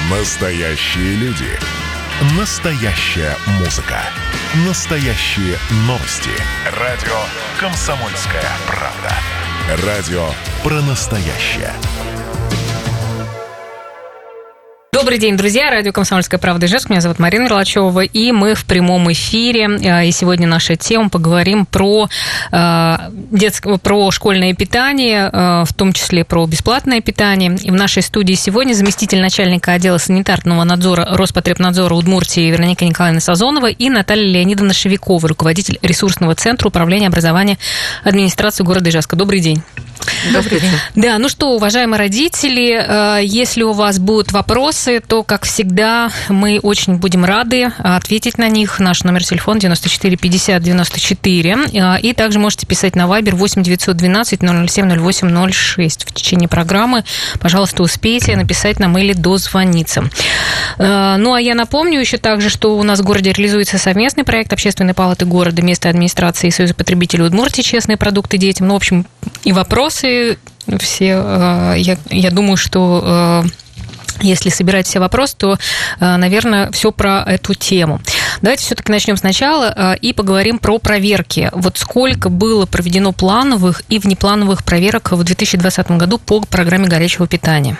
Настоящие люди. Настоящая музыка. Настоящие новости. Радио «Комсомольская правда». Радио про настоящее. Добрый день, друзья. Радио «Комсомольская правда» Ижевск. Меня зовут Марина Мерлачева, и мы в прямом эфире. И сегодня наша тема, поговорим про школьное питание, в том числе про бесплатное питание. И в нашей студии сегодня заместитель начальника отдела санитарного надзора Роспотребнадзора Удмуртии Вероника Николаевна Сазонова и Наталья Леонидовна Шевикова, руководитель ресурсного центра управления образования администрации города Ижевска. Добрый день. Добрый день. Да, ну что, уважаемые родители, если у вас будут вопросы, то, как всегда, мы очень будем рады ответить на них. Наш номер телефона 94 50 94. И также можете писать на Viber 8 912 007 08 06. В течение программы, пожалуйста, успейте написать нам или дозвониться. Ну, а я напомню еще также, что у нас в городе реализуется совместный проект Общественной палаты города, местной администрации и Союза потребителей Удмуртии «Честные продукты детям». Ну, в общем, и вопросы все, я думаю, что если собирать все вопросы, то, наверное, все про эту тему. Давайте все-таки начнем сначала и поговорим про проверки. Вот сколько было проведено плановых и внеплановых проверок в 2020 году по программе горячего питания?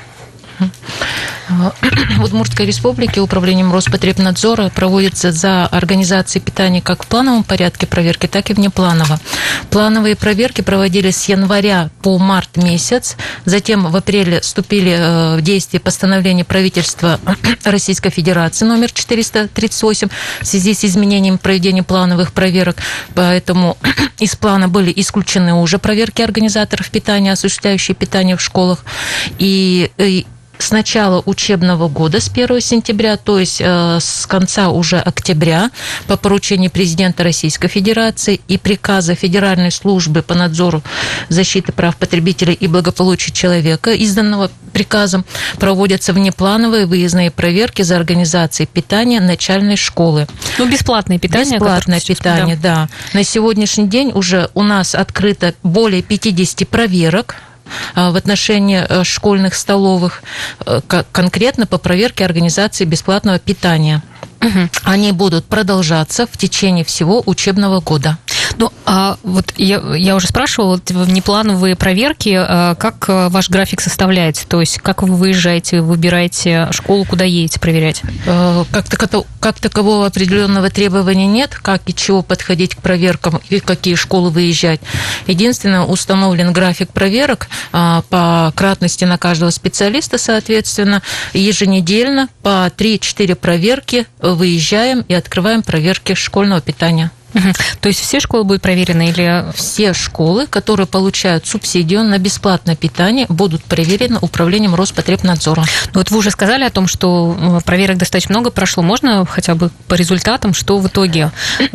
В Удмуртской республике управлением Роспотребнадзора проводится за организацией питания как в плановом порядке проверки, так и внепланово. Плановые проверки проводились с января по март месяц, затем в апреле вступили в действие постановление правительства Российской Федерации номер 438 в связи с изменением проведения плановых проверок, поэтому из плана были исключены уже проверки организаторов питания, осуществляющие питание в школах, и с начала учебного года, с 1 сентября, то есть с конца уже октября, по поручению президента Российской Федерации и приказа Федеральной службы по надзору защиты прав потребителей и благополучия человека, изданного приказом, проводятся внеплановые выездные проверки за организацией питания начальной школы. Ну, бесплатное питание. Бесплатное питание, да. На сегодняшний день уже у нас открыто более 50 проверок в отношении школьных столовых, конкретно по проверке организации бесплатного питания. Они будут продолжаться в течение всего учебного года. Ну, а вот я уже спрашивала, внеплановые проверки, как ваш график составляется? То есть, как вы выезжаете, выбираете школу, куда едете проверять? Как такового определенного требования нет, как и чего подходить к проверкам и в какие школы выезжать. Единственное, установлен график проверок по кратности на каждого специалиста, соответственно, еженедельно по 3-4 проверки выезжаем и открываем проверки школьного питания. То есть все школы будут проверены или... Все школы, которые получают субсидию на бесплатное питание, будут проверены управлением Роспотребнадзора. Ну, вот вы уже сказали о том, что проверок достаточно много прошло. Можно хотя бы по результатам, что в итоге,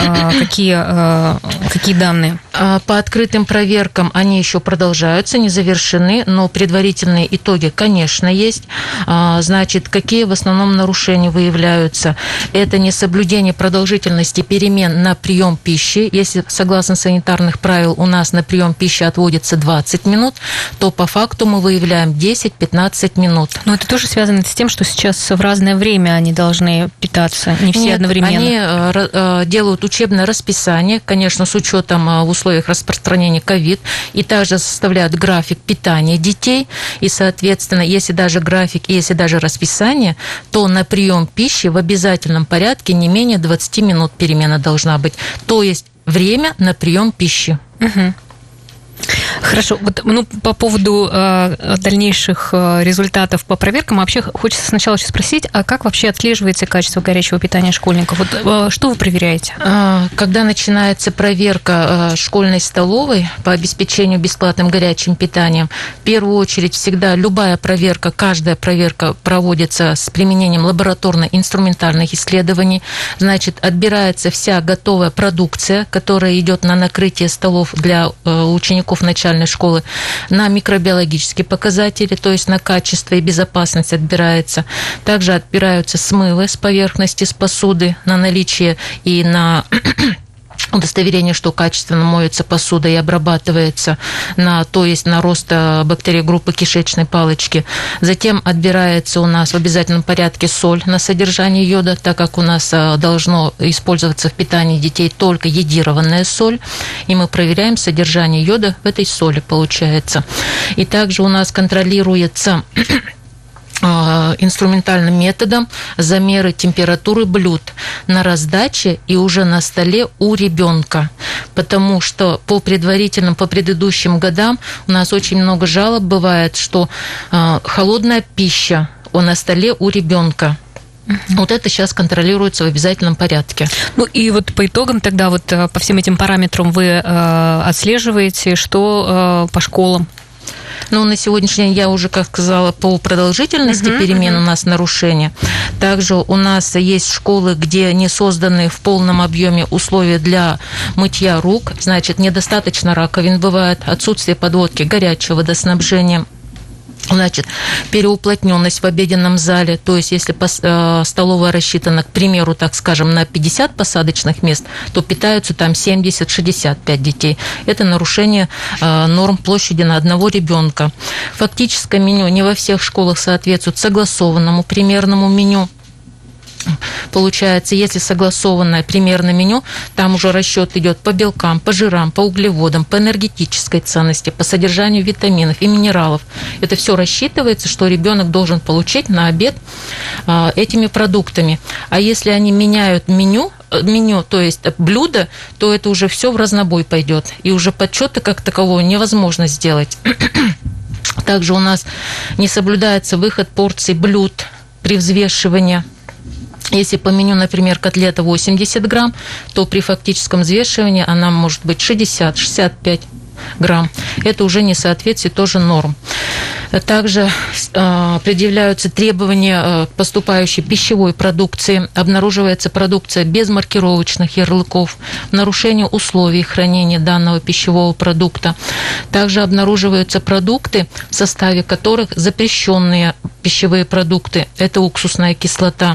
какие данные? По открытым проверкам они еще продолжаются, не завершены, но предварительные итоги, конечно, есть. Значит, какие в основном нарушения выявляются? Это несоблюдение продолжительности перемен на прием пищи. Если согласно санитарных правил у нас на прием пищи отводится 20 минут, то по факту мы выявляем 10-15 минут. Но это тоже связано с тем, что сейчас в разное время они должны питаться, не все одновременно. Они делают учебное расписание, конечно, с учетом в условиях распространения ковид, и также составляют график питания детей, и, соответственно, если даже график, если даже расписание, то на прием пищи в обязательном порядке не менее 20 минут перемена должна быть. То есть время на прием пищи. Угу. Хорошо. Вот, по поводу дальнейших результатов по проверкам, вообще хочется сначала еще спросить, а как вообще отслеживается качество горячего питания школьников? Вот, что вы проверяете? Когда начинается проверка школьной столовой по обеспечению бесплатным горячим питанием, в первую очередь всегда любая проверка, каждая проверка проводится с применением лабораторно-инструментальных исследований. Значит, отбирается вся готовая продукция, которая идет на накрытие столов для учеников начальной школы, на микробиологические показатели, то есть на качество и безопасность отбирается. Также отбираются смывы с поверхности, с посуды на наличие и на удостоверение, что качественно моется посуда и обрабатывается то есть на рост бактерий группы кишечной палочки. Затем отбирается у нас в обязательном порядке соль на содержание йода, так как у нас должно использоваться в питании детей только йодированная соль, и мы проверяем содержание йода в этой соли, получается. И также у нас контролируется инструментальным методом замеры температуры блюд на раздаче и уже на столе у ребенка, потому что по предыдущим годам у нас очень много жалоб бывает, что холодная пища на столе у ребенка. Вот это сейчас контролируется в обязательном порядке. Ну и вот по итогам тогда вот по всем этим параметрам вы отслеживаете, что по школам? Ну, на сегодняшний день я уже, как сказала, по продолжительности перемен у нас нарушения. Также у нас есть школы, где не созданы в полном объеме условия для мытья рук. Значит, недостаточно раковин бывает, отсутствие подводки горячего водоснабжения. Значит, переуплотненность в обеденном зале, то есть если столовая рассчитана, к примеру, так скажем, на 50 посадочных мест, то питаются там 70-65 детей. Это нарушение норм площади на одного ребенка. Фактическое меню не во всех школах соответствует согласованному примерному меню. Получается, если согласованное примерное меню, там уже расчет идет по белкам, по жирам, по углеводам, по энергетической ценности, по содержанию витаминов и минералов. Это все рассчитывается, что ребенок должен получить на обед этими продуктами. А если они меняют меню, то есть блюдо, то это уже все в разнобой пойдет. И уже подсчета как такового невозможно сделать. Также у нас не соблюдается выход порций блюд при взвешивании. Если по меню, например, котлета 80 грамм, то при фактическом взвешивании она может быть 60-65 грамм. Это уже несоответствие тоже норм. Также предъявляются требования к поступающей пищевой продукции. Обнаруживается продукция без маркировочных ярлыков, нарушение условий хранения данного пищевого продукта. Также обнаруживаются продукты, в составе которых запрещенные пищевые продукты. Это уксусная кислота.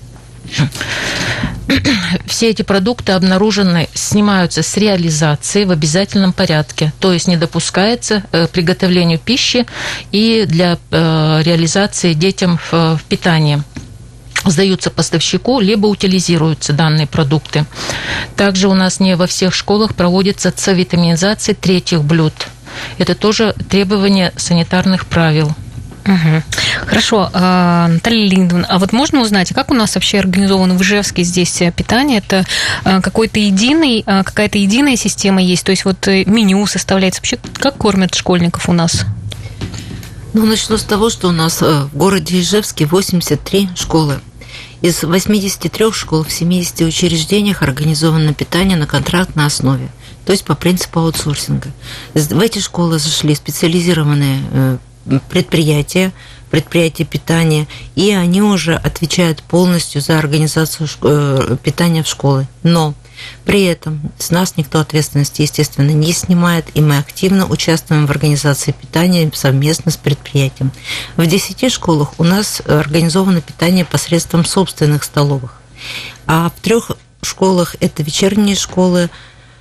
Все эти продукты обнаружены, снимаются с реализации в обязательном порядке, то есть не допускается к приготовлению пищи и для реализации детям в питании. Сдаются поставщику, либо утилизируются данные продукты. Также у нас не во всех школах проводится С-витаминизация третьих блюд. Это тоже требование санитарных правил. Угу. Хорошо, Наталья Леонидовна, а вот можно узнать, как у нас вообще организовано в Ижевске здесь питание? Это какая-то единая система есть? То есть вот меню составляется? Вообще, как кормят школьников у нас? Ну, начну с того, что у нас в городе Ижевске 83 школы. Из 83 школ в 70 учреждениях организовано питание на контрактной основе, то есть по принципу аутсорсинга. В эти школы зашли специализированные предприятия питания, и они уже отвечают полностью за организацию питания в школе. Но при этом с нас никто ответственности, естественно, не снимает, и мы активно участвуем в организации питания совместно с предприятием. В 10 школах у нас организовано питание посредством собственных столовых, а в 3 школах это вечерние школы,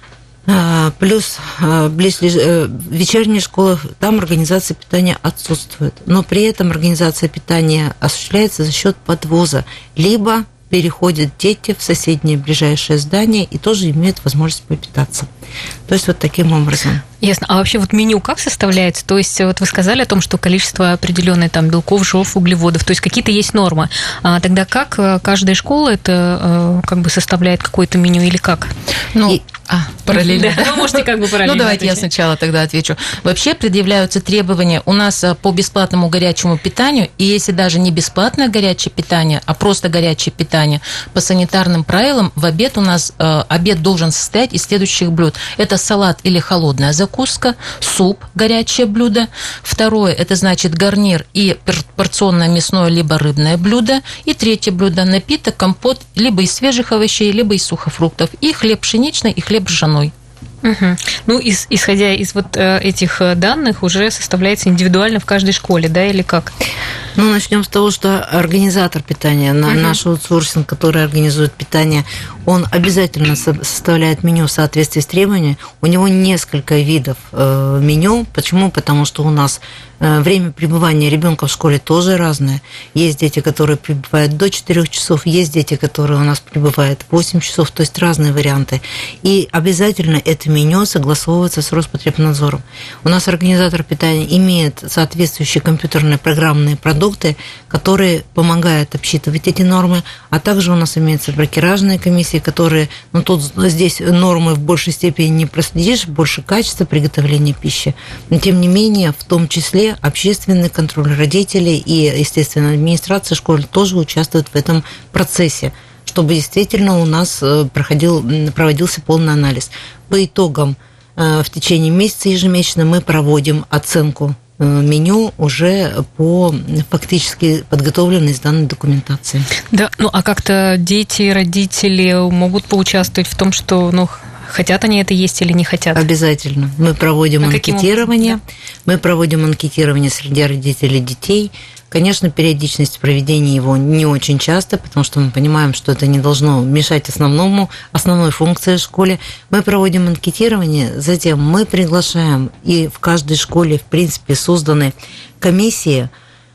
плюс вечерние школы, там организация питания отсутствует. Но при этом организация питания осуществляется за счет подвоза, либо переходят дети в соседнее ближайшее здание и тоже имеют возможность попитаться. То есть вот таким образом. Ясно. А вообще вот меню как составляется? То есть вот вы сказали о том, что количество определенное там белков, жиров, углеводов, то есть какие-то есть нормы. А тогда как каждая школа это как бы составляет какое-то меню или как? Параллельно. Да, вы можете как бы параллельно. Ну, давайте отвечать. Я сначала тогда отвечу. Вообще предъявляются требования у нас по бесплатному горячему питанию, и если даже не бесплатное горячее питание, а просто горячее питание, по санитарным правилам в обед у нас обед должен состоять из следующих блюд. Это салат или холодная закуска, суп, горячее блюдо. Второе, это значит гарнир и порционное мясное либо рыбное блюдо. И третье блюдо, напиток, компот, либо из свежих овощей, либо из сухофруктов. И хлеб пшеничный, и хлеб ржаной. Угу. Ну, исходя из вот этих данных, уже составляется индивидуально в каждой школе, да, или как? Ну, начнем с того, что организатор питания, наш аутсорсинг, который организует питание, он обязательно составляет меню в соответствии с требованиями. У него несколько видов меню. Почему? Потому что у нас время пребывания ребенка в школе тоже разное. Есть дети, которые пребывают до 4 часов, есть дети, которые у нас пребывают 8 часов, то есть разные варианты. И обязательно это меню согласовывается с Роспотребнадзором. У нас организатор питания имеет соответствующие компьютерные программные продукты, которые помогают обсчитывать эти нормы, а также у нас имеются брокеражные комиссии, которые, здесь нормы в большей степени не проследишь, больше качества приготовления пищи, но тем не менее, в том числе общественный контроль родителей и, естественно, администрация школы тоже участвует в этом процессе, чтобы действительно у нас проводился полный анализ. По итогам в течение месяца ежемесячно мы проводим оценку меню уже по фактически подготовленной сданной документации. Да, а как-то дети, родители могут поучаствовать в том, что, хотят они это есть или не хотят? Обязательно. Мы проводим анкетирование. Мы проводим анкетирование среди родителей детей. Конечно, периодичность проведения его не очень часто, потому что мы понимаем, что это не должно мешать основной функции в школе. Мы проводим анкетирование, затем мы приглашаем, и в каждой школе, в принципе, созданы комиссии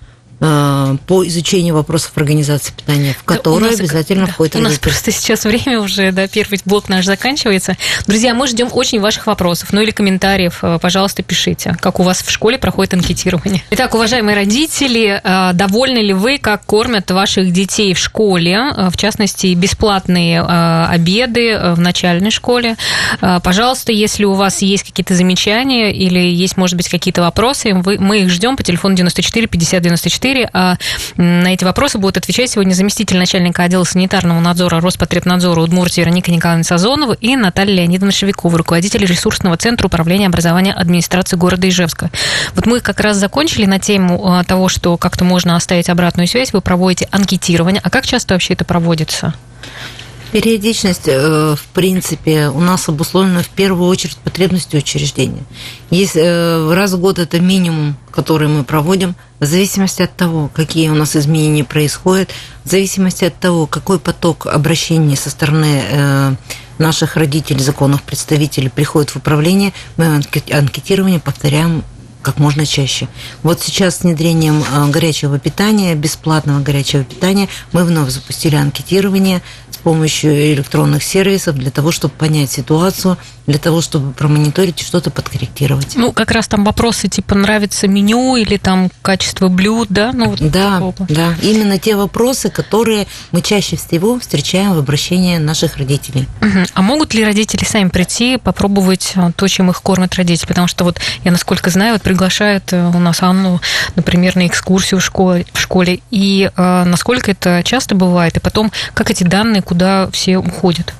по изучению вопросов организации питания, в которые обязательно входит родитель. У нас просто сейчас время уже, первый блок наш заканчивается. Друзья, мы ждем очень ваших вопросов, или комментариев, пожалуйста, пишите, как у вас в школе проходит анкетирование. Итак, уважаемые родители, довольны ли вы, как кормят ваших детей в школе, в частности, бесплатные обеды в начальной школе? Пожалуйста, если у вас есть какие-то замечания или есть, может быть, какие-то вопросы, мы их ждем по телефону 94 50 94. А на эти вопросы будет отвечать сегодня заместитель начальника отдела санитарного надзора Роспотребнадзора Удмуртии Вероника Николаевна Сазонова и Наталья Леонидовна Шевикова, руководитель ресурсного центра управления образования администрации города Ижевска. Вот мы как раз закончили на тему того, что как-то можно оставить обратную связь, вы проводите анкетирование. А как часто вообще это проводится? Периодичность, в принципе, у нас обусловлена в первую очередь потребностью учреждения. Раз в год это минимум, который мы проводим, в зависимости от того, какие у нас изменения происходят, в зависимости от того, какой поток обращений со стороны наших родителей, законных представителей приходит в управление, мы анкетирование повторяем как можно чаще. Вот сейчас с внедрением горячего питания, бесплатного горячего питания, мы вновь запустили анкетирование с помощью электронных сервисов для того, чтобы понять ситуацию, для того, чтобы промониторить и что-то подкорректировать. Как раз там вопросы типа нравится меню или там качество блюд, да? Да, именно те вопросы, которые мы чаще всего встречаем в обращении наших родителей. А могут ли родители сами прийти, попробовать то, чем их кормят родители? Потому что я, насколько знаю, приглашают у нас Анну, например, на экскурсию в школе. И насколько это часто бывает? И потом, как эти данные, куда все уходят?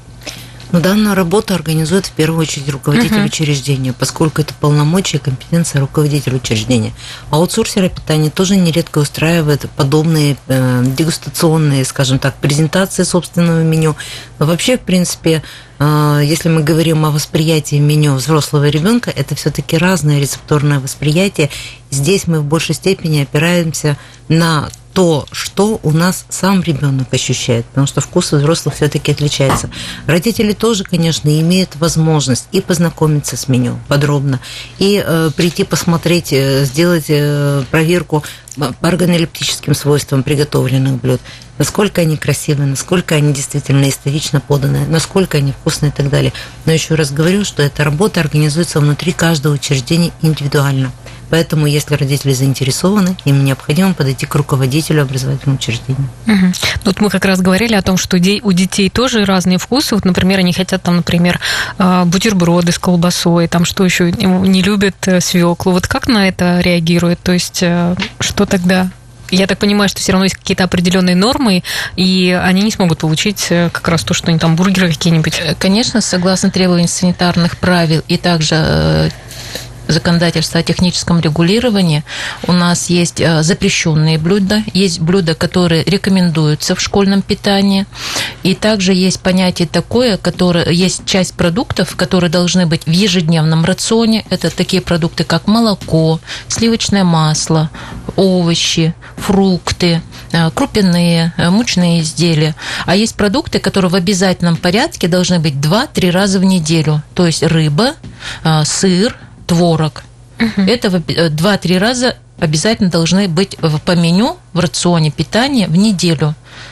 Данную работу организует в первую очередь руководитель учреждения, поскольку это полномочия и компетенция руководителя учреждения. Аутсорсеры питания тоже нередко устраивают подобные дегустационные, скажем так, презентации собственного меню. Но вообще, в принципе, если мы говорим о восприятии меню взрослого ребенка, это все-таки разное рецепторное восприятие. Здесь мы в большей степени опираемся на то, что у нас сам ребенок ощущает, потому что вкус у взрослых все-таки отличается. Родители тоже, конечно, имеют возможность и познакомиться с меню подробно, и прийти посмотреть, сделать проверку по органолептическим свойствам приготовленных блюд, насколько они красивые, насколько они действительно эстетично поданы, насколько они вкусные и так далее. Но еще раз говорю, что эта работа организуется внутри каждого учреждения индивидуально. Поэтому, если родители заинтересованы, им необходимо подойти к руководителю образовательного учреждения. Вот мы как раз говорили о том, что у детей тоже разные вкусы. Например, они хотят бутерброды с колбасой, что еще не любят свеклу. Как на это реагируют? То есть, что тогда? Я так понимаю, что все равно есть какие-то определенные нормы, и они не смогут получить как раз то, что они бургеры какие-нибудь. Конечно, согласно требованиям санитарных правил и также законодательства о техническом регулировании у нас есть запрещенные блюда, есть блюда, которые рекомендуются в школьном питании, и также есть понятие такое, которое есть часть продуктов, которые должны быть в ежедневном рационе. Это такие продукты, как молоко, сливочное масло, овощи, фрукты, крупяные, мучные изделия. А есть продукты, которые в обязательном порядке должны быть 2-3 раза в неделю. То есть рыба, сыр, творог. Это 2-3 раза обязательно должны быть по меню в рационе питания в неделю.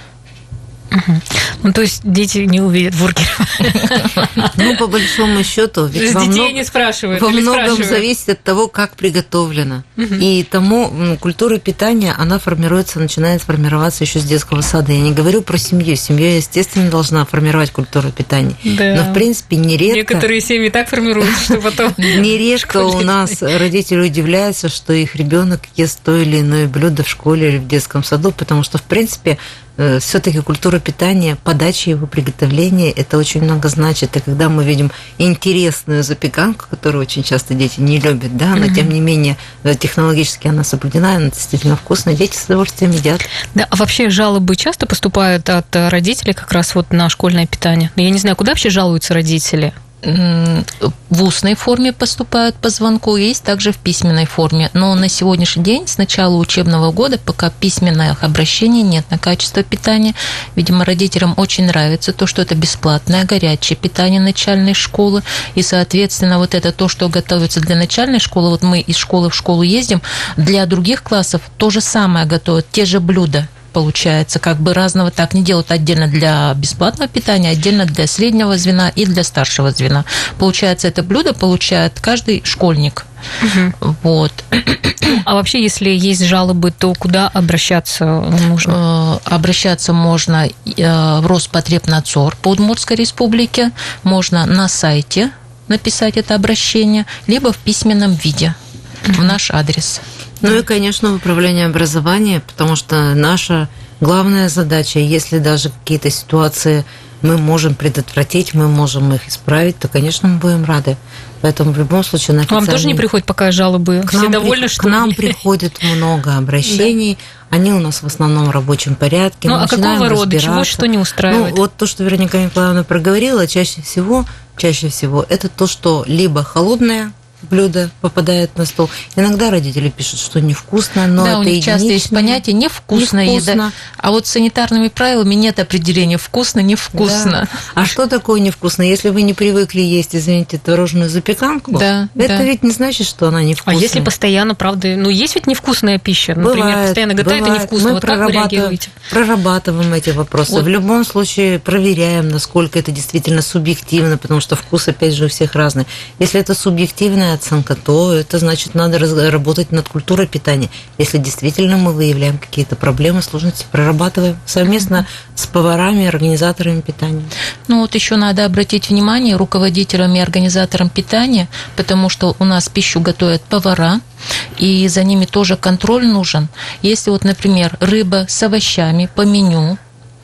Ну, то есть дети не увидят бургеров. Ну, по большому счету, ведь детей не спрашивают. Во многом зависит от того, как приготовлено. И тому культура питания, она начинает формироваться еще с детского сада. Я не говорю про семью. Семья, естественно, должна формировать культуру питания. Да. Но, в принципе, нередко... Некоторые семьи так формируют, что потом... Нередко у нас родители удивляются, что их ребенок ест то или иное блюдо в школе или в детском саду, потому что, в принципе, все-таки культура питания, подача его, приготовления, это очень много значит. И когда мы видим интересную запеканку, которую очень часто дети не любят, да, но тем не менее технологически она соблюдена, она действительно вкусная, дети с удовольствием едят. Да, а вообще жалобы часто поступают от родителей как раз вот на школьное питание? Я не знаю, куда вообще жалуются родители? В устной форме поступают по звонку, есть также в письменной форме. Но на сегодняшний день, с начала учебного года, пока письменных обращений нет на качество питания. Видимо, родителям очень нравится то, что это бесплатное, горячее питание начальной школы. И, соответственно, вот это то, что готовится для начальной школы, вот мы из школы в школу ездим, для других классов то же самое готовят, те же блюда. Получается, как бы разного так не делают, отдельно для бесплатного питания, отдельно для среднего звена и для старшего звена. Получается, это блюдо получает каждый школьник. Вот. А вообще, если есть жалобы, то куда обращаться нужно? Обращаться можно в Роспотребнадзор по Удмуртской республике, можно на сайте написать это обращение, либо в письменном виде в наш адрес. Ну и, конечно, в управлении образования, потому что наша главная задача, если даже какие-то ситуации мы можем предотвратить, мы можем их исправить, то, конечно, мы будем рады. Поэтому в любом случае... Вам тоже не приходят пока жалобы? Все довольны, что ли? К нам приходит много обращений, они у нас в основном в рабочем порядке. Ну, а какого рода? Чего, что не устраивает? Ну, вот то, что Вероника Николаевна проговорила, чаще всего это то, что либо холодное блюдо попадает на стол. Иногда родители пишут, что невкусно, но да, это у них часто есть понятие невкусная еда. А вот с санитарными правилами нет определения вкусно, невкусно. Да. А что такое невкусно? Если вы не привыкли есть, извините, творожную запеканку, это ведь не значит, что она невкусная. А если постоянно, правда, есть ведь невкусная пища, например, постоянно говорят, это невкусно. Мы вот как вы реагируете? Прорабатываем эти вопросы. Вот. В любом случае проверяем, насколько это действительно субъективно, потому что вкус, опять же, у всех разный. Если это субъективная оценка, то это значит, надо работать над культурой питания. Если действительно мы выявляем какие-то проблемы, сложности, прорабатываем совместно с поварами, организаторами питания. Ну вот еще надо обратить внимание руководителям и организаторам питания, потому что у нас пищу готовят повара, и за ними тоже контроль нужен. Если вот, например, рыба с овощами по меню,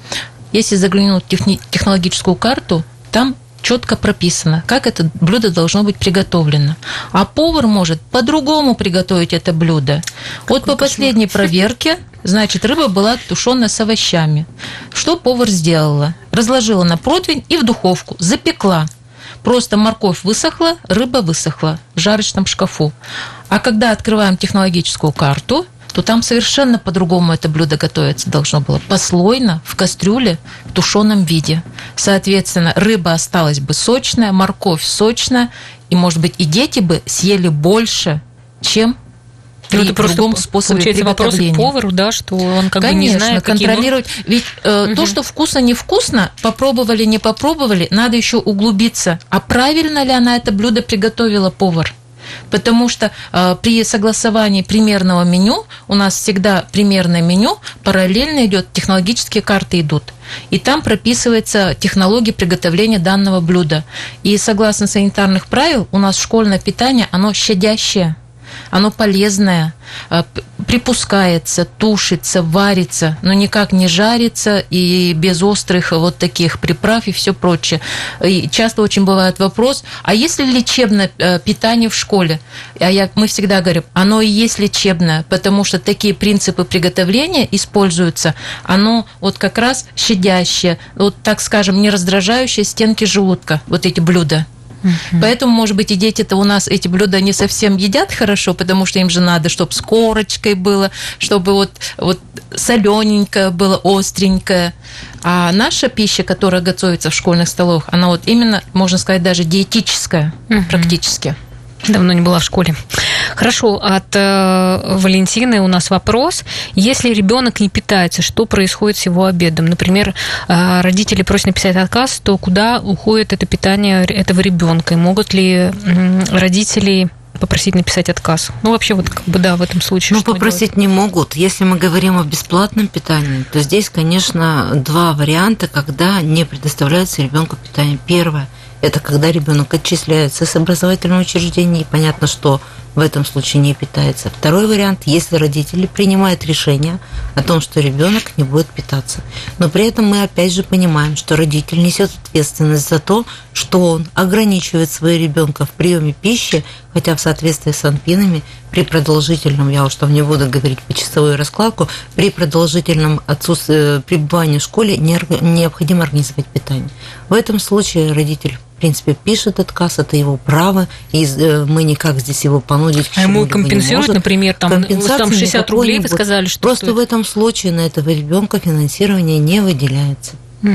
если заглянуть в технологическую карту, там четко прописано, как это блюдо должно быть приготовлено. А повар может по-другому приготовить это блюдо. Вот по последней проверке, значит, рыба была тушеная с овощами. Что повар сделала? Разложила на противень и в духовку, запекла. Просто морковь высохла, рыба высохла в жарочном шкафу. А когда открываем технологическую карту, то там совершенно по-другому это блюдо готовиться должно было. Послойно, в кастрюле, в тушеном виде. Соответственно, рыба осталась бы сочная, морковь сочная, и, может быть, и дети бы съели больше, чем при другом способе приготовления. Вопрос к повару, да, что он как бы не знает, контролировать. Ведь то, что вкусно, невкусно, попробовали, не попробовали, надо еще углубиться. А правильно ли она это блюдо приготовила, повар? Потому что при согласовании примерного меню, у нас всегда примерное меню, параллельно идет, технологические карты идут. И там прописывается технология приготовления данного блюда. И согласно санитарных правил, у нас школьное питание, оно щадящее. оно полезное, припускается, тушится, варится, но никак не жарится и без острых вот таких приправ и все прочее. И часто очень бывает вопрос, а есть ли лечебное питание в школе? Мы всегда говорим, оно и есть лечебное, потому что такие принципы приготовления используются, оно вот как раз щадящее, вот так скажем, не раздражающее стенки желудка, вот эти блюда. Поэтому, может быть, и дети-то у нас эти блюда не совсем едят хорошо, потому что им же надо, чтобы с корочкой было, чтобы вот солененькое было, остренькое. А наша пища, которая готовится в школьных столовых, она вот именно, можно сказать, даже диетическая практически. Давно не была в школе. Хорошо, от Валентины у нас вопрос. Если ребенок не питается, что происходит с его обедом? Например, родители просят написать отказ, то куда уходит это питание этого ребенка? И могут ли родители попросить написать отказ? Ну, вообще, вот как бы, да, в этом случае. Ну, попросить не могут. Если мы говорим о бесплатном питании, то здесь, конечно, два варианта, когда не предоставляется ребенку питание. Первое – это когда ребенок отчисляется с образовательного учреждения, и понятно, что в этом случае не питается. Второй вариант, если родители принимают решение о том, что ребенок не будет питаться. Но при этом мы опять же понимаем, что родитель несет ответственность за то, что он ограничивает своего ребенка в приеме пищи, хотя в соответствии с АНПИНами при продолжительном, я уж там не буду говорить почасовую раскладку, при продолжительном отсутствии пребывания в школе необходимо организовать питание. В этом случае родитель, в принципе, пишет отказ, это его право, и мы никак здесь его понудить к чему-либо не можем. А ему компенсируют, например, там 60 рублей, вы сказали, что просто стоит? В этом случае на этого ребенка финансирование не выделяется.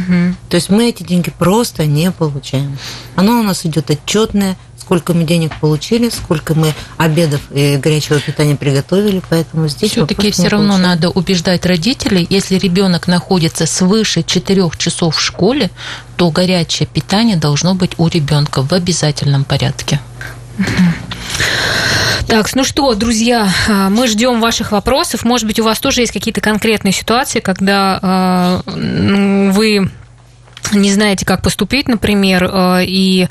То есть мы эти деньги просто не получаем. Оно у нас идет отчетное, сколько мы денег получили, сколько мы обедов и горячего питания приготовили, поэтому здесь все-таки все равно надо убеждать родителей, если ребенок находится свыше 4 часов в школе, то горячее питание должно быть у ребенка в обязательном порядке. Так, ну что, друзья, мы ждем ваших вопросов. Может быть, у вас тоже есть какие-то конкретные ситуации, когда вы не знаете, как поступить, например, и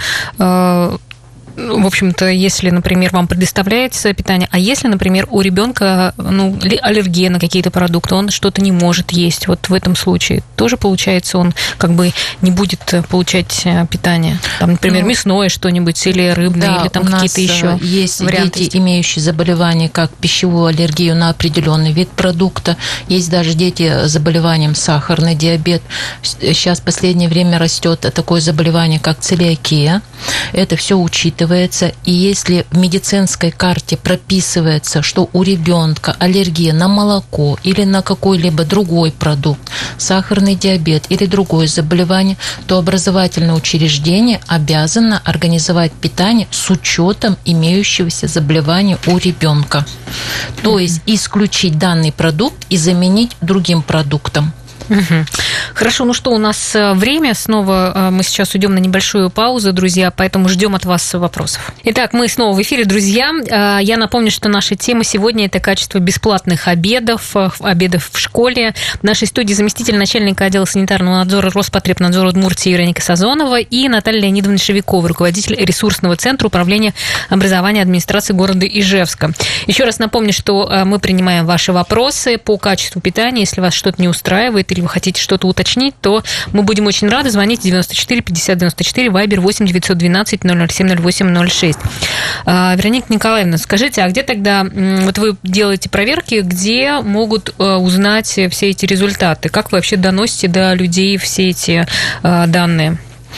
в общем-то, если, например, вам предоставляется питание, а если, например, у ребенка аллергия на какие-то продукты, он что-то не может есть, вот в этом случае тоже, получается, он как бы не будет получать питание. Там, например, мясное что-нибудь или рыбное, да, или там какие-то еще есть варианты. Дети, имеющие заболевания, как пищевую аллергию на определенный вид продукта. Есть даже дети с заболеванием сахарный диабет. Сейчас в последнее время растет такое заболевание, как целиакия. Это все учитывается. И если в медицинской карте прописывается, что у ребенка аллергия на молоко или на какой-либо другой продукт, сахарный диабет или другое заболевание, то образовательное учреждение обязано организовать питание с учетом имеющегося заболевания у ребенка. То есть исключить данный продукт и заменить другим продуктом. Хорошо, ну что, у нас время. Снова мы сейчас уйдем на небольшую паузу, друзья, поэтому ждем от вас вопросов. Итак, мы снова в эфире, друзья. Я напомню, что наша тема сегодня – это качество бесплатных обедов в школе. В нашей студии заместитель начальника отдела санитарного надзора Роспотребнадзора Удмуртии Вероника Сазонова и Наталья Леонидовна Шевикова, руководитель ресурсного центра управления образования администрации города Ижевска. Еще раз напомню, что мы принимаем ваши вопросы по качеству питания. Если вас что-то не устраивает или вы хотите что-то уточнить, то мы будем очень рады. Звоните 94 50 94, Вайбер 8 912 007 08 06. Вероника Николаевна, скажите, а где тогда, вот вы делаете проверки, где могут узнать все эти результаты? Как вы вообще доносите до людей все эти данные?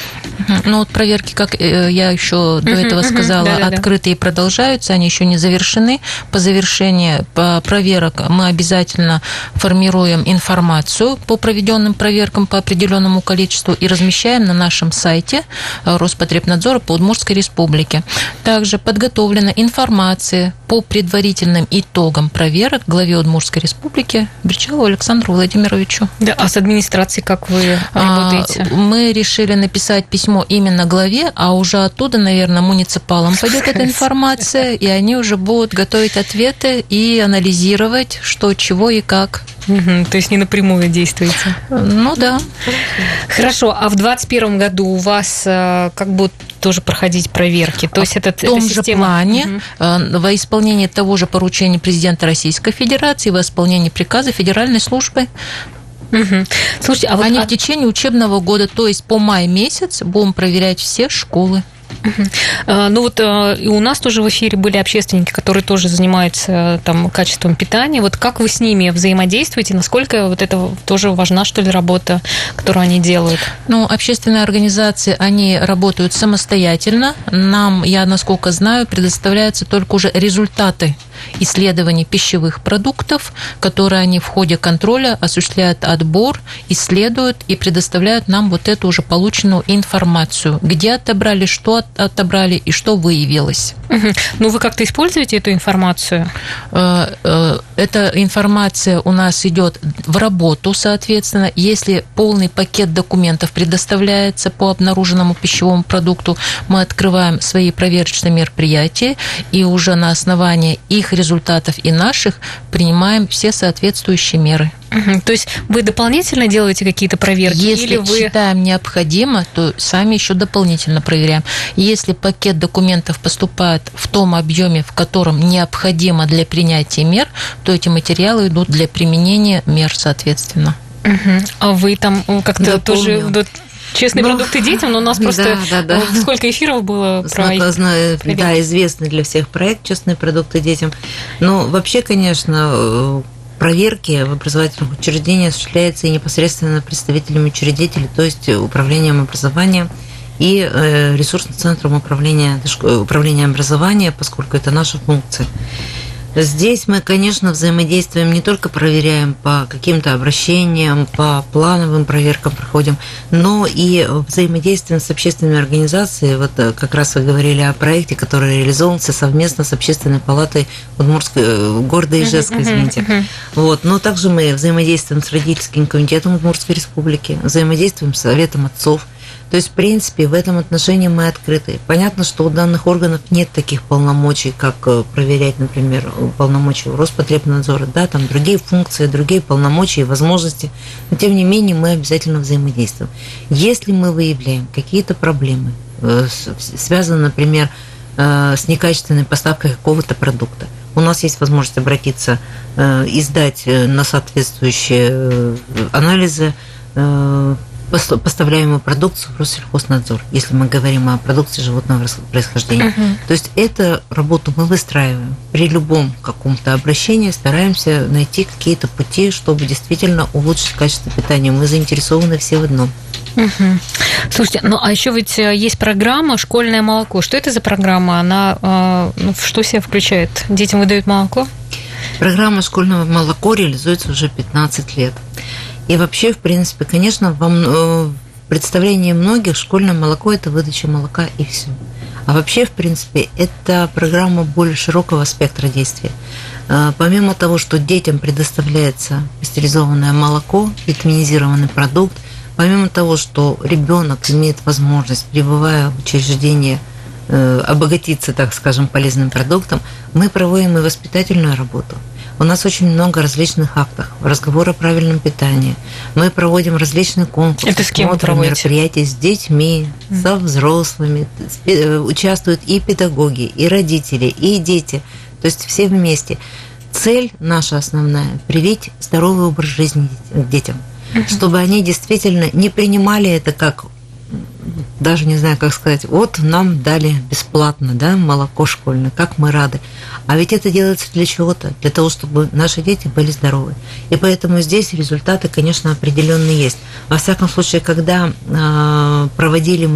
Ну, вот проверки, как я еще до этого сказала, открытые продолжаются, они еще не завершены. По завершении проверок мы обязательно формируем информацию по проведенным проверкам по определенному количеству и размещаем на нашем сайте Роспотребнадзора по Удмуртской республике. Также подготовлена информация по предварительным итогам проверок главе Удмуртской республики Бричалову Александру Владимировичу. Да, а с администрацией как вы работаете? Мы решили написать письмо именно главе, а уже оттуда, наверное, муниципалам пойдет эта информация, и они уже будут готовить ответы и анализировать, что, чего и как. То есть не напрямую действуете? Ну да. Хорошо, а в 2021 году у вас как будто тоже проходить проверки? То есть это в том система... же плане, во исполнении того же поручения президента Российской Федерации, во исполнении приказа Федеральной службы. Слушайте, а вот они в течение учебного года, то есть по май месяц, будем проверять все школы. Ну вот и у нас тоже в эфире были общественники, которые тоже занимаются там качеством питания. Вот как вы с ними взаимодействуете? Насколько вот это тоже важна, что ли, работа, которую они делают? Ну, общественные организации, они работают самостоятельно. Нам, я насколько знаю, предоставляются только уже результаты исследований пищевых продуктов, которые они в ходе контроля осуществляют отбор, исследуют и предоставляют нам вот эту уже полученную информацию, где отобрали, что отобрали и что выявилось. Ну, вы как-то используете эту информацию? Эта информация у нас идет в работу, соответственно. Если полный пакет документов предоставляется по обнаруженному пищевому продукту, мы открываем свои проверочные мероприятия и уже на основании их результатов и наших принимаем все соответствующие меры. То есть вы дополнительно делаете какие-то проверки? Если считаем необходимо, то сами еще дополнительно проверяем. Если пакет документов поступает в том объеме, в котором необходимо для принятия мер, то эти материалы идут для применения мер, соответственно. А вы там как-то тоже... Честные продукты детям, но у нас просто сколько эфиров было про их. Да, известный для всех проект «Честные продукты детям». Но вообще, конечно, проверки в образовательных учреждениях осуществляются и непосредственно представителями учредителей, то есть управлением образования и ресурсным центром управления образования, поскольку это наша функция. Здесь мы, конечно, взаимодействуем, не только проверяем по каким-то обращениям, по плановым проверкам проходим, но и взаимодействуем с общественными организациями. Вот как раз вы говорили о проекте, который реализовывался совместно с Общественной палатой города Ижевска, извините. Вот. Но также мы взаимодействуем с родительским комитетом Удмуртской республики, взаимодействуем с Советом отцов. То есть, в принципе, в этом отношении мы открыты. Понятно, что у данных органов нет таких полномочий, как проверять, например, полномочия Роспотребнадзора, да, там другие функции, другие полномочия и возможности, но, тем не менее, мы обязательно взаимодействуем. Если мы выявляем какие-то проблемы, связанные, например, с некачественной поставкой какого-то продукта, у нас есть возможность обратиться и сдать на соответствующие анализы поставляемую продукцию в Россельхознадзор, если мы говорим о продукции животного происхождения. То есть эту работу мы выстраиваем. При любом каком-то обращении стараемся найти какие-то пути, чтобы действительно улучшить качество питания. Мы заинтересованы все в одном. Слушайте, ну а еще ведь есть программа «Школьное молоко». Что это за программа? Она что в себя включает? Детям выдают молоко? Программа «Школьное молоко» реализуется уже 15 лет. И вообще, в принципе, конечно, в представлении многих школьное молоко – это выдача молока и все. А вообще, в принципе, это программа более широкого спектра действия. Помимо того, что детям предоставляется пастеризованное молоко, витаминизированный продукт, помимо того, что ребенок имеет возможность, пребывая в учреждении, обогатиться, так скажем, полезным продуктом, мы проводим и воспитательную работу. У нас очень много различных актов, разговор о правильном питании. Мы проводим различные конкурсы, это с кем вы проводите? Мероприятия с детьми, со взрослыми. Участвуют и педагоги, и родители, и дети. То есть все вместе. Цель наша основная – привить здоровый образ жизни детям, чтобы они действительно не принимали это как, даже не знаю, как сказать, вот нам дали бесплатно, да, молоко школьное, как мы рады. А ведь это делается для чего-то, для того, чтобы наши дети были здоровы. И поэтому здесь результаты, конечно, определенные есть. Во всяком случае, когда проводили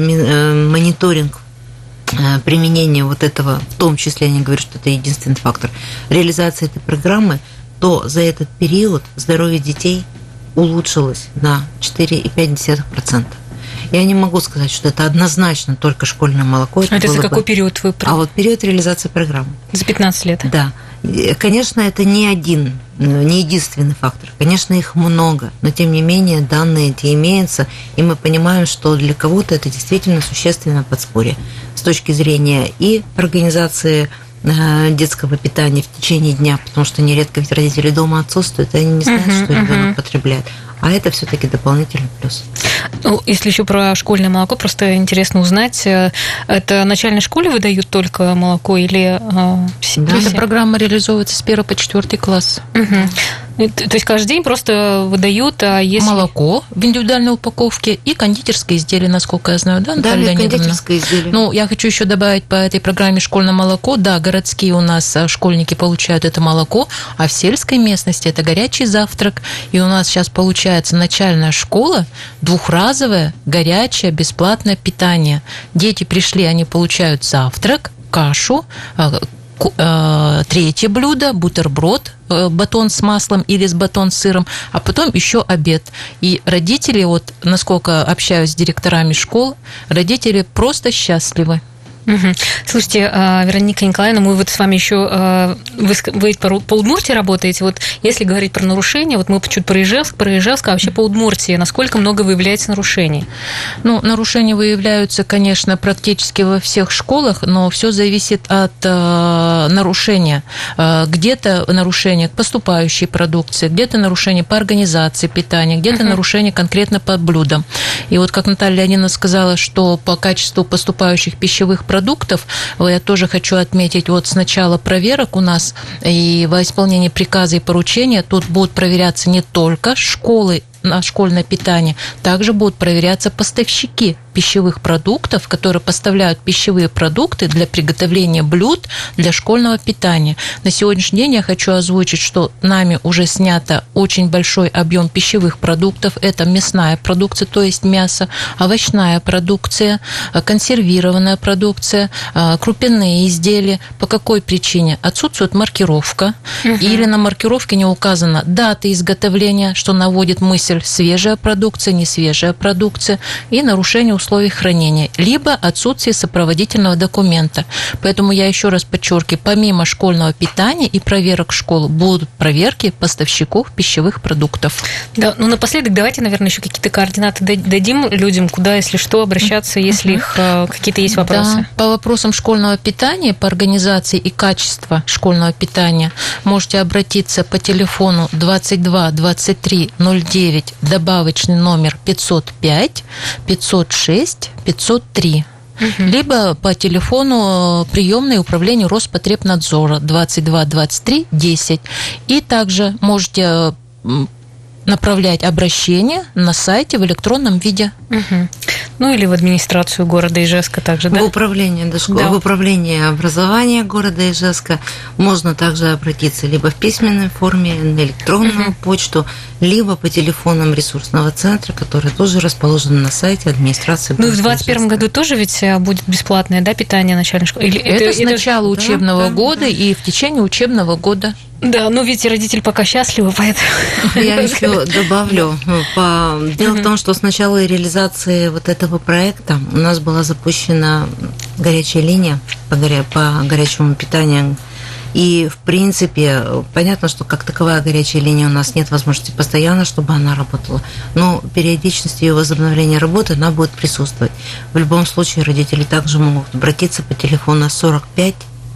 мониторинг применения вот этого, в том числе, я не говорю, что это единственный фактор, реализации этой программы, то за этот период здоровье детей улучшилось на 4,5%. Я не могу сказать, что это однозначно только школьное молоко. Это за какой период вы? А вот период реализации программы. За 15 лет? Да. Конечно, это не единственный фактор. Конечно, их много, но тем не менее данные эти имеются, и мы понимаем, что для кого-то это действительно существенное подспорье с точки зрения и организации детского питания в течение дня, потому что нередко ведь родители дома отсутствуют, и они не знают, что ребенок потребляет. а это все-таки дополнительный плюс. Ну, если еще про школьное молоко, просто интересно узнать, это в начальной школе выдают только молоко или... Эта программа реализовывается с 1 по 4 класс. Угу. То есть каждый день просто выдают, а если... Молоко в индивидуальной упаковке и кондитерские изделия, насколько я знаю, да, Наталья Леонидовна? Да, кондитерские изделия. Ну, я хочу еще добавить по этой программе «Школьное молоко». Да, городские у нас школьники получают это молоко, а в сельской местности это горячий завтрак. И у нас сейчас получается начальная школа, двухразовое, горячее, бесплатное питание. Дети пришли, они получают завтрак, кашу, третье блюдо, бутерброд, батон с маслом или с батон с сыром, а потом еще обед. И родители, вот насколько общаюсь с директорами школ, родители просто счастливы. Угу. Слушайте, Вероника Николаевна, мы вот с вами еще, вы по Удмуртии работаете, вот если говорить про нарушения, вот мы чуть про Ижевск, а вообще по Удмуртии, насколько много выявляется нарушений? Ну, нарушения выявляются, конечно, практически во всех школах, но все зависит от нарушения. Где-то нарушения к поступающей продукции, где-то нарушения по организации питания, где-то нарушения конкретно по блюдам. И вот как Наталья Леонидовна сказала, что по качеству поступающих пищевых продуктов, я тоже хочу отметить, вот с начала проверок у нас и во исполнении приказа и поручения тут будут проверяться не только школы на школьное питание, также будут проверяться поставщики пищевых продуктов, которые поставляют пищевые продукты для приготовления блюд для школьного питания. На сегодняшний день я хочу озвучить, что нами уже снято очень большой объем пищевых продуктов. Это мясная продукция, то есть мясо, овощная продукция, консервированная продукция, крупяные изделия. По какой причине? Отсутствует маркировка, или на маркировке не указана дата изготовления, что наводит мысль свежая продукция, не свежая продукция, и нарушение условий хранения, либо отсутствие сопроводительного документа. Поэтому я еще раз подчеркиваю, помимо школьного питания и проверок школ, будут проверки поставщиков пищевых продуктов. Да, ну напоследок давайте, наверное, еще какие-то координаты дадим людям, куда, если что, обращаться, если их какие-то есть вопросы. Да, по вопросам школьного питания, по организации и качеству школьного питания можете обратиться по телефону 22 23 09, добавочный номер 505 506 503. Либо по телефону приемное управление Роспотребнадзора 22 23 10. И также можете направлять обращение на сайте в электронном виде. Ну, или в администрацию города Ижевска также, да? В управление, в управление образования города Ижевска можно также обратиться либо в письменной форме, на электронную почту, либо по телефонам ресурсного центра, который тоже расположен на сайте администрации города Ижевска. Ну, в 2021 году тоже ведь будет бесплатное, да, питание начальной школы? Это с начала учебного года и в течение учебного года. Да, ну видите, родители пока счастливы, поэтому... Я еще добавлю. Дело в том, что с начала реализации вот этого проекта у нас была запущена горячая линия по горячему питанию. И, в принципе, понятно, что как таковая горячая линия у нас нет возможности постоянно, чтобы она работала. Но периодичность ее возобновления работы, она будет присутствовать. В любом случае, родители также могут обратиться по телефону 45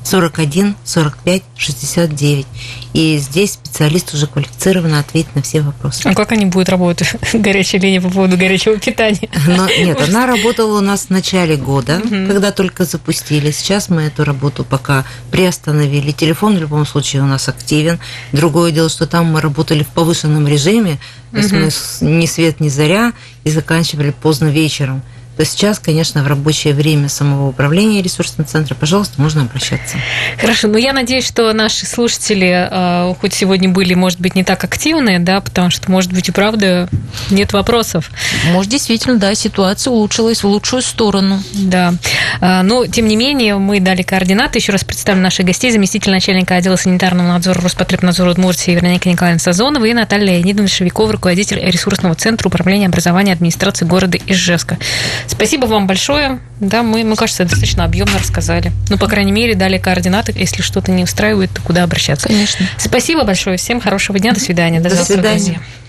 41 45 69. И здесь специалист уже квалифицированно ответит на все вопросы. А как они будут работать, горячая линия по поводу горячего питания? Нет, она работала у нас в начале года, когда только запустили. Сейчас мы эту работу пока приостановили. Телефон в любом случае у нас активен. Другое дело, что там мы работали в повышенном режиме. То есть мы ни свет, ни заря и заканчивали поздно вечером. То сейчас, конечно, в рабочее время самого управления ресурсного центра, пожалуйста, можно обращаться. Хорошо, но я надеюсь, что наши слушатели хоть сегодня были, может быть, не так активные, да, потому что, может быть, и правда нет вопросов. Может, действительно, да, ситуация улучшилась в лучшую сторону. Да, но, тем не менее, мы дали координаты. Еще раз представлю наших гостей: заместитель начальника отдела санитарного надзора Роспотребнадзора Удмуртии Вероника Николаевна Сазонова и Наталья Леонидовна Шевикова, руководитель ресурсного центра управления образования администрации города Ижевска. Спасибо вам большое. Да, мы, кажется, достаточно объемно рассказали. Ну, по крайней мере, дали координаты. Если что-то не устраивает, то куда обращаться? Конечно. Спасибо большое. Всем хорошего дня. До свидания. До свидания.